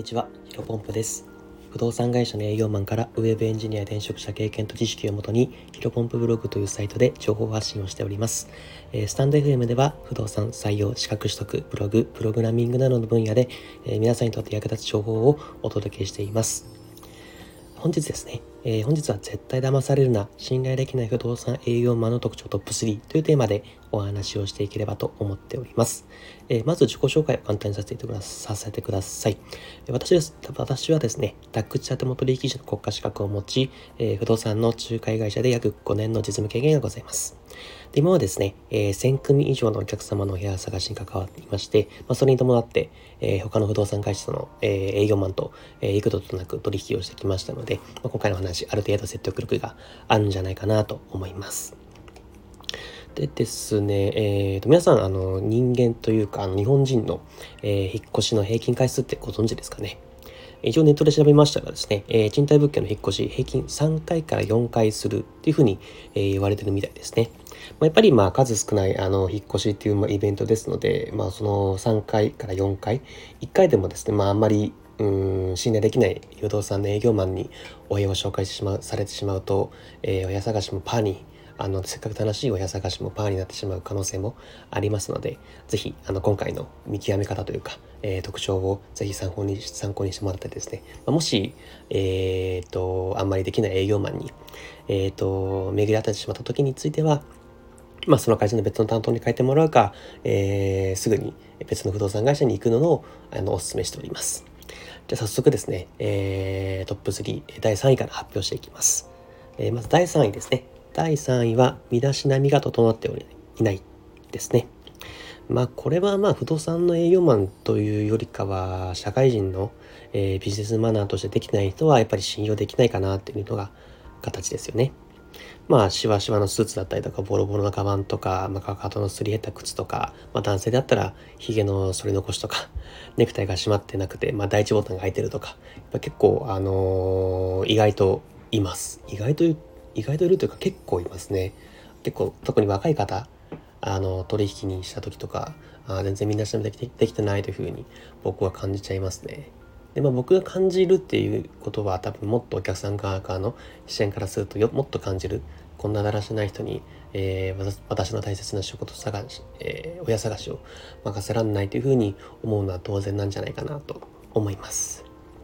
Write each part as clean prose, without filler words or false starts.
ちは、ヒロポンプです。不動産会社の営業マンからウェブエンジニア転職者経験と知識をもとにヒロポンプブログというサイトで情報発信をしております。スタンド FM では不動産採用、資格取得、ブログ、プログラミングなどの分野で、皆さんにとって役立つ情報をお届けしています。本日ですね、本日は絶対騙されるな、信頼できない不動産営業マンの特徴トップ3というテーマでお話をしていければと思っております。まず自己紹介を簡単にさせてください。私はですね、ダックチャート元取引士の国家資格を持ち、不動産の仲介会社で約5年の実務経験がございます。で今はですね、1000組以上のお客様のお部屋探しに関わっていまして、それに伴って、他の不動産会社の、営業マンと、幾度となく取引をしてきましたので、今回の話、ある程度説得力があるんじゃないかなと思います。でですね、皆さん、人間というか、日本人の、引っ越しの平均回数ってご存知ですかね。一応ネットで調べましたらですね、賃貸物件の引っ越し平均3回から4回するっていうふうに、言われてるみたいですね。やっぱり数少ない引っ越しっていうイベントですので、その3回から4回、1回でもですね、あんまり信頼できない不動産の営業マンにお部屋を紹介されてしまうと、お部屋探しもパーにせっかく楽しいお部屋探しもパーになってしまう可能性もありますので、ぜひ今回の見極め方というか、特徴をぜひ参考にしてもらってですね、もしあんまりできない営業マンに巡り当たってしまった時については、その会社の別の担当に変えてもらうか、すぐに別の不動産会社に行くのをお勧めしております。じゃあ早速ですね、トップ3第3位から発表していきます。まず第3位ですね。第3位は身だしなみが整っていないですね。これは不動産の営業マンというよりかは社会人の、ビジネスマナーとしてできない人はやっぱり信用できないかなっていうのが形ですよね。シワシワのスーツだったりとか、ボロボロのカバンとか、かかとのすり減った靴とか、男性だったら髭の剃り残しとか、ネクタイが締まってなくて、第一ボタンが開いてるとか、やっぱ結構意外といます。意外といるというか結構いますね。結構特に若い方、取引にした時とか、全然みんなできてないというふうに僕は感じちゃいますね。で僕が感じるっていうことは多分もっとお客さん側からの視点からするともっと感じる。こんなだらしない人に、私の大切な仕事探し、親探しを任せらんないというふうに思うのは当然なんじゃないかなと思います。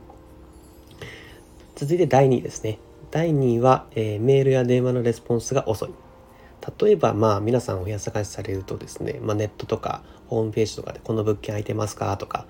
続いて第2位ですね。第2位は、メールや電話のレスポンスが遅い。例えば皆さんお部屋探しされるとですね、ネットとかホームページとかでこの物件空いてますかとか、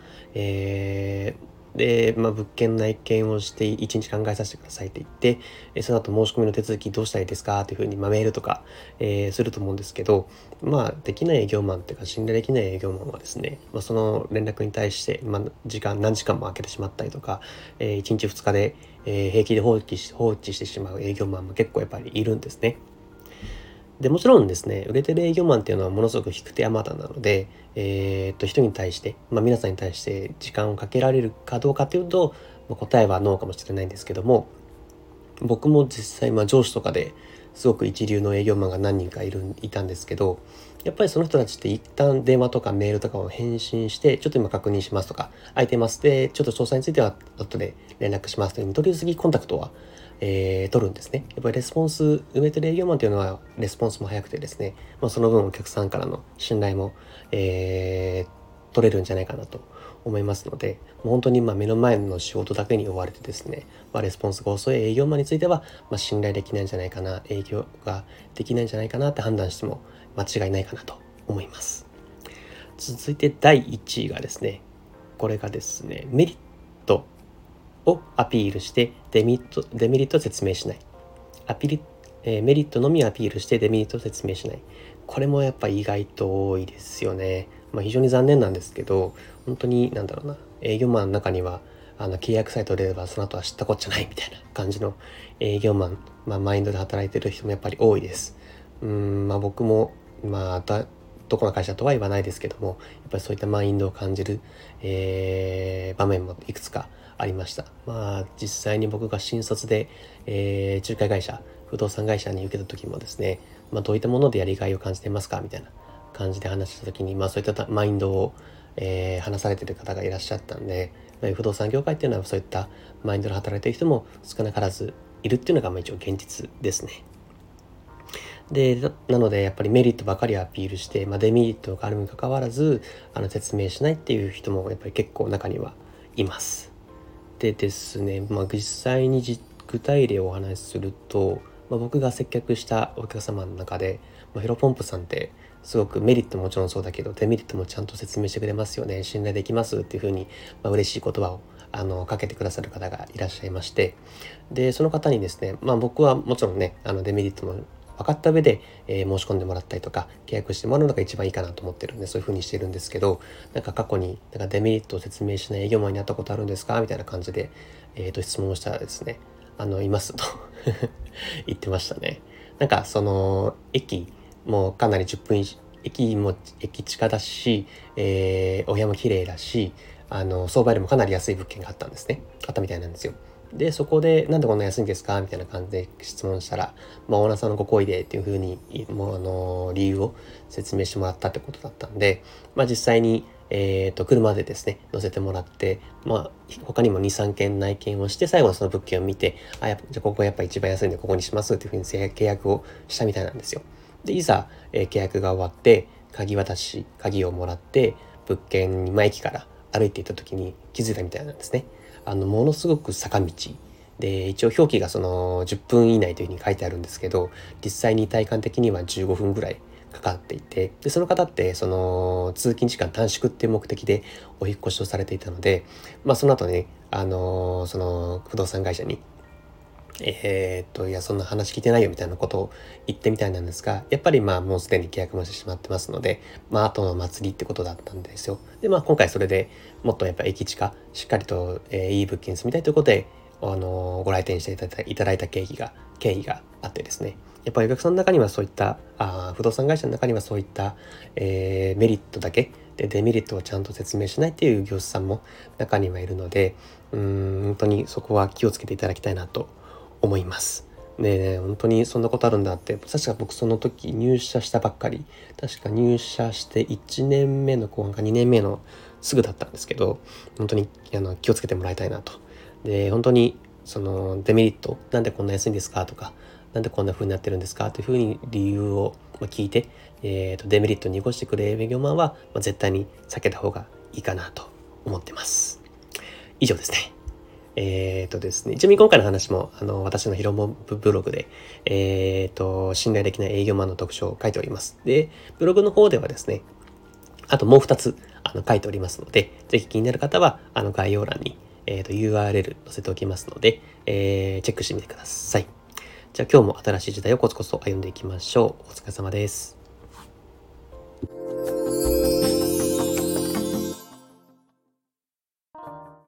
で、物件内見をして1日考えさせてくださいって言って、その後申し込みの手続きどうしたらいいですかというふうに、メールとか、すると思うんですけど、できない営業マンっていうか信頼できない営業マンはですね、その連絡に対して、何時間も空けてしまったりとか、1日2日で、平気で放置してしまう営業マンも結構やっぱりいるんですね。でもちろんですね、売れてる営業マンっていうのはものすごく引く手あまたなので、人に対して、皆さんに対して時間をかけられるかどうかというと、答えはノーかもしれないんですけども、僕も実際上司とかですごく一流の営業マンが何人かいたんですけど、やっぱりその人たちって一旦電話とかメールとかを返信して、ちょっと今確認しますとか、空いてますで、ちょっと詳細については後で連絡しますというふうに、取り次ぎコンタクトは取るんですね。やっぱりレスポンス、埋めてる営業マンというのはレスポンスも早くてですね、その分お客さんからの信頼も、取れるんじゃないかなと思いますので、もう本当に目の前の仕事だけに追われてですね、レスポンスが遅い営業マンについては、信頼できないんじゃないかな、営業ができないんじゃないかなって判断しても間違いないかなと思います。続いて第1位がですね、これがですね、メリットをアピールしてデメリットを説明しない。メリットのみアピールしてデメリットを説明しない。これもやっぱり意外と多いですよね。非常に残念なんですけど、本当に営業マンの中には契約さえ取れればその後は知ったこっちゃないみたいな感じの営業マン、マインドで働いてる人もやっぱり多いです。僕もどこの会社とは言わないですけども、やっぱりそういったマインドを感じる、場面もいくつかありました。実際に僕が新卒で、仲介会社、不動産会社に受けた時もですね、どういったものでやりがいを感じていますかみたいな感じで話した時に、そういったマインドを、話されている方がいらっしゃったんで、 不動産業界っていうのはそういったマインドで働いている人も少なからずいるっていうのが一応現実ですね。でなのでやっぱりメリットばかりアピールして、デメリットがあるにもかかわらず説明しないっていう人もやっぱり結構中にはいます。でですね、実際に具体例をお話しすると、僕が接客したお客様の中で、ヒロポンプさんってすごくメリットもちろんそうだけどデメリットもちゃんと説明してくれますよね、信頼できますっていうふうに、嬉しい言葉をかけてくださる方がいらっしゃいまして、でその方にですね、僕はもちろんねデメリットも分かった上で、申し込んでもらったりとか契約してもらうのが一番いいかなと思ってるんで、そういう風にしてるんですけど、過去にデメリットを説明しない営業マンになったことあるんですかみたいな感じで、質問をしたらですね、いますと言ってましたね。その駅もかなり10分以上、駅も駅近だし、お部屋も綺麗だし、相場よりもかなり安い物件があったみたいなんですよ。でそこでなんでこんな安いんですかみたいな感じで質問したら、オーナーさんのご好意でっていう風に理由を説明してもらったってことだったんで、実際に車でですね乗せてもらって、他にも 2,3 件内見をして最後のその物件を見て、じゃあここやっぱ一番安いんでここにしますっていう風に契約をしたみたいなんですよ。でいざ、契約が終わって鍵をもらって物件に駅から歩いていった時に気づいたみたいなんですね。ものすごく坂道で、一応表記がその10分以内というふうに書いてあるんですけど、実際に体感的には15分ぐらいかかっていて、でその方ってその通勤時間短縮っていう目的でお引っ越しをされていたので、その後ねその不動産会社にいやそんな話聞いてないよみたいなことを言ってみたいなんですが、やっぱりもうすでに契約もしてしまってますので、後の祭りってことだったんですよ。で今回それでもっとやっぱ駅近しっかりと、いい物件に住みたいということでご来店していただいた経緯があってですね、やっぱりお客さんの中にはそういった不動産会社の中にはそういった、メリットだけでデメリットをちゃんと説明しないっていう業者さんも中にはいるので、本当にそこは気をつけていただきたいなと思います。で、本当にそんなことあるんだって、確か僕その時入社したばっかり、確か入社して1年目の後半か2年目のすぐだったんですけど、本当に気をつけてもらいたいなと。で本当にそのデメリット、なんでこんな安いんですかとか、なんでこんな風になってるんですかという風に理由を聞いて、デメリットに濁してくれる営業マンは、絶対に避けた方がいいかなと思ってます。以上ですね。ですね、ちなみに今回の話も私のヒロモブログで、信頼できない営業マンの特徴を書いております。でブログの方ではですね、あともう2つ書いておりますので、ぜひ気になる方は概要欄に、URL 載せておきますので、チェックしてみてください。じゃあ今日も新しい時代をコツコツと歩んでいきましょう。お疲れ様です。